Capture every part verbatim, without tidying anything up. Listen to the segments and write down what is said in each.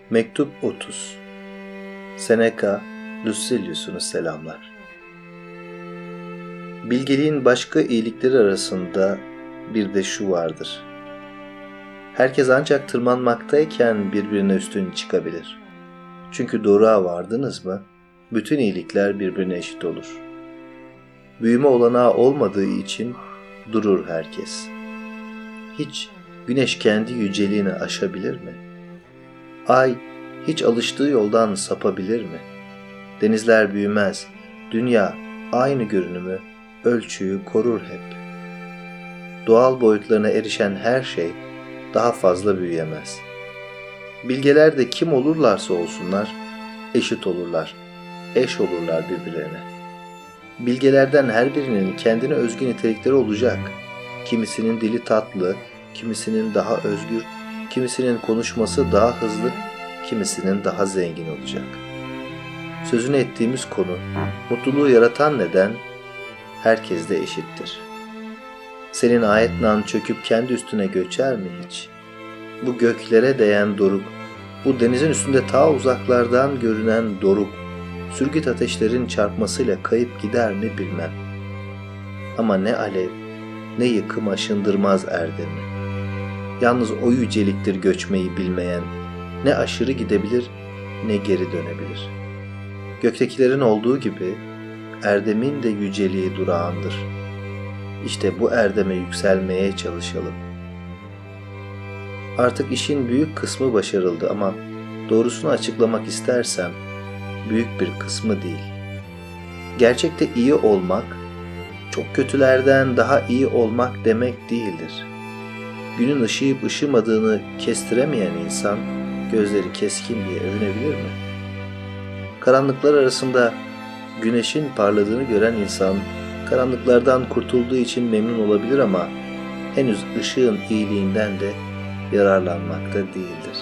Mektup otuz. Seneca, Lucilius'unu selamlar. Bilgeliğin başka iyilikleri arasında bir de şu vardır. Herkes ancak tırmanmaktayken birbirine üstün çıkabilir. Çünkü doruğa vardınız mı, bütün iyilikler birbirine eşit olur. Büyüme olanağı olmadığı için durur herkes. Hiç güneş kendi yüceliğini aşabilir mi? Ay hiç alıştığı yoldan sapabilir mi? Denizler büyümez, dünya aynı görünümü, ölçüyü korur hep. Doğal boyutlarına erişen her şey daha fazla büyüyemez. Bilgeler de kim olurlarsa olsunlar, eşit olurlar, eş olurlar birbirlerine. Bilgelerden her birinin kendine özgü nitelikleri olacak. Kimisinin dili tatlı, kimisinin daha özgür, kimisinin konuşması daha hızlı, kimisinin daha zengin olacak. Sözünü ettiğimiz konu, mutluluğu yaratan neden, herkes de eşittir. Senin ayetnan çöküp kendi üstüne göçer mi hiç? Bu göklere değen doruk, bu denizin üstünde ta uzaklardan görünen doruk, sürgüt ateşlerin çarpmasıyla kayıp gider mi bilmem. Ama ne alev, ne yıkım aşındırmaz erdemi. Yalnız o yüceliktir göçmeyi bilmeyen, ne aşırı gidebilir, ne geri dönebilir. Göktekilerin olduğu gibi, erdemin de yüceliği durağandır. İşte bu erdeme yükselmeye çalışalım. Artık işin büyük kısmı başarıldı ama doğrusunu açıklamak istersem, büyük bir kısmı değil. Gerçekte iyi olmak, çok kötülerden daha iyi olmak demek değildir. Günün ışıyıp ışımadığını kestiremeyen insan, gözleri keskin diye övünebilir mi? Karanlıklar arasında güneşin parladığını gören insan, karanlıklardan kurtulduğu için memnun olabilir ama henüz ışığın iyiliğinden de yararlanmakta değildir.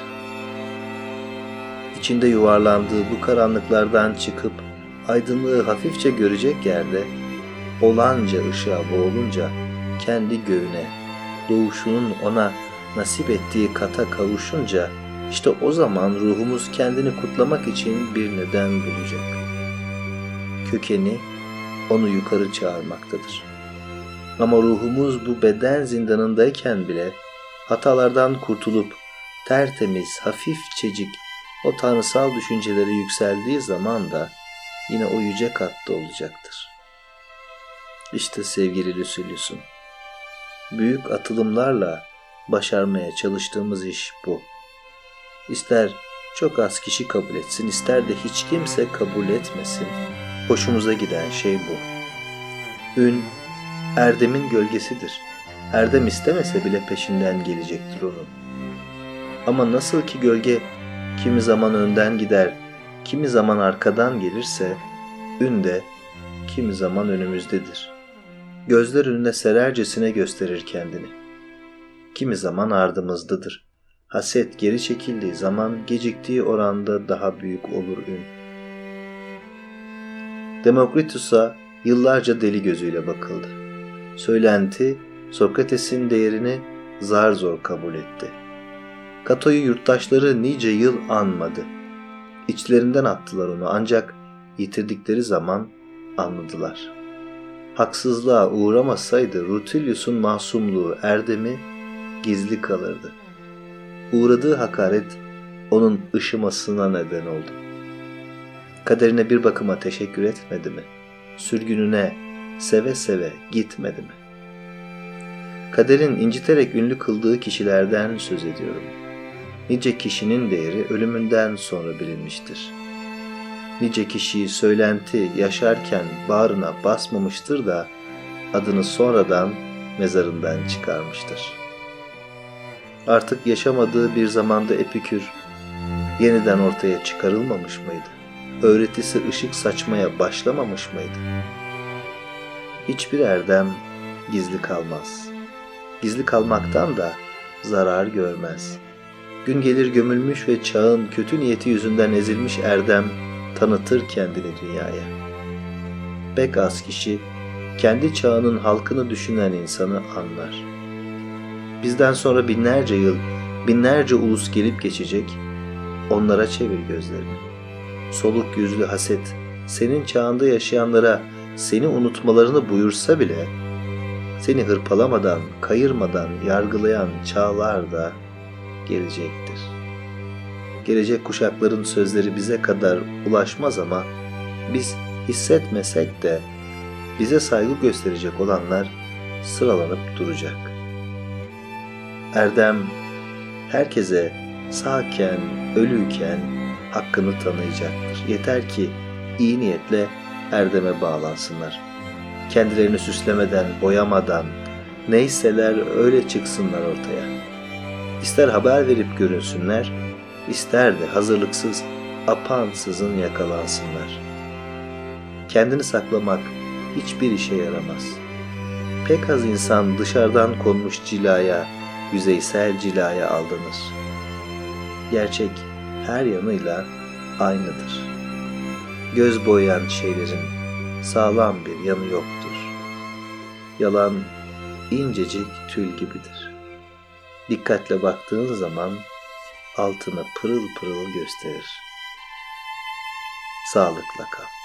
İçinde yuvarlandığı bu karanlıklardan çıkıp aydınlığı hafifçe görecek yerde, olanca ışığa boğulunca kendi göğüne, doğuşunun ona nasip ettiği kata kavuşunca, işte o zaman ruhumuz kendini kutlamak için bir neden bulacak. Kökeni onu yukarı çağırmaktadır. Ama ruhumuz bu beden zindanındayken bile hatalardan kurtulup tertemiz, hafifçecik o tanrısal düşüncelere yükseldiği zaman da yine o yüce katta olacaktır. İşte sevgili Lucilius'um, büyük atılımlarla başarmaya çalıştığımız iş bu. İster çok az kişi kabul etsin, ister de hiç kimse kabul etmesin, hoşumuza giden şey bu. Ün, erdemin gölgesidir. Erdem istemese bile peşinden gelecektir onun. Ama nasıl ki gölge kimi zaman önden gider, kimi zaman arkadan gelirse, ün de kimi zaman önümüzdedir. Gözler önüne serercesine gösterir kendini. Kimi zaman ardımızdadır. Haset geri çekildiği zaman geciktiği oranda daha büyük olur ün. Demokritus'a yıllarca deli gözüyle bakıldı. Söylenti, Sokrates'in değerini zar zor kabul etti. Cato'yu yurttaşları nice yıl anmadı. İçlerinden attılar onu ancak yitirdikleri zaman anladılar. Haksızlığa uğramasaydı Rutilius'un masumluğu, erdemi gizli kalırdı. Uğradığı hakaret onun ışımasına neden oldu. Kaderine bir bakıma teşekkür etmedi mi? Sürgününe seve seve gitmedi mi? Kaderin inciterek ünlü kıldığı kişilerden söz ediyorum. Nice kişinin değeri ölümünden sonra bilinmiştir. Nice kişiyi söylenti yaşarken bağrına basmamıştır da adını sonradan mezarından çıkarmıştır. Artık yaşamadığı bir zamanda Epikür yeniden ortaya çıkarılmamış mıydı? Öğretisi ışık saçmaya başlamamış mıydı? Hiçbir erdem gizli kalmaz. Gizli kalmaktan da zarar görmez. Gün gelir gömülmüş ve çağın kötü niyeti yüzünden ezilmiş erdem tanıtır kendini dünyaya. Pek az kişi kendi çağının halkını düşünen insanı anlar. Bizden sonra binlerce yıl, binlerce ulus gelip geçecek, onlara çevir gözlerini. Soluk yüzlü haset, senin çağında yaşayanlara seni unutmalarını buyursa bile, seni hırpalamadan, kayırmadan yargılayan çağlar da gelecektir. Gelecek kuşakların sözleri bize kadar ulaşmaz ama biz hissetmesek de bize saygı gösterecek olanlar sıralanıp duracak. Erdem herkese sağken, ölüyken hakkını tanıyacaktır. Yeter ki iyi niyetle erdeme bağlansınlar. Kendilerini süslemeden, boyamadan, neyseler öyle çıksınlar ortaya. İster haber verip görünsünler, ister de hazırlıksız, apansızın yakalansınlar. Kendini saklamak hiçbir işe yaramaz. Pek az insan dışarıdan konmuş cilaya, yüzeysel cilaya aldanır. Gerçek her yanıyla aynıdır. Göz boyayan şeylerin sağlam bir yanı yoktur. Yalan incecik tül gibidir. Dikkatle baktığın zaman altını pırıl pırıl gösterir. Sağlıkla kal.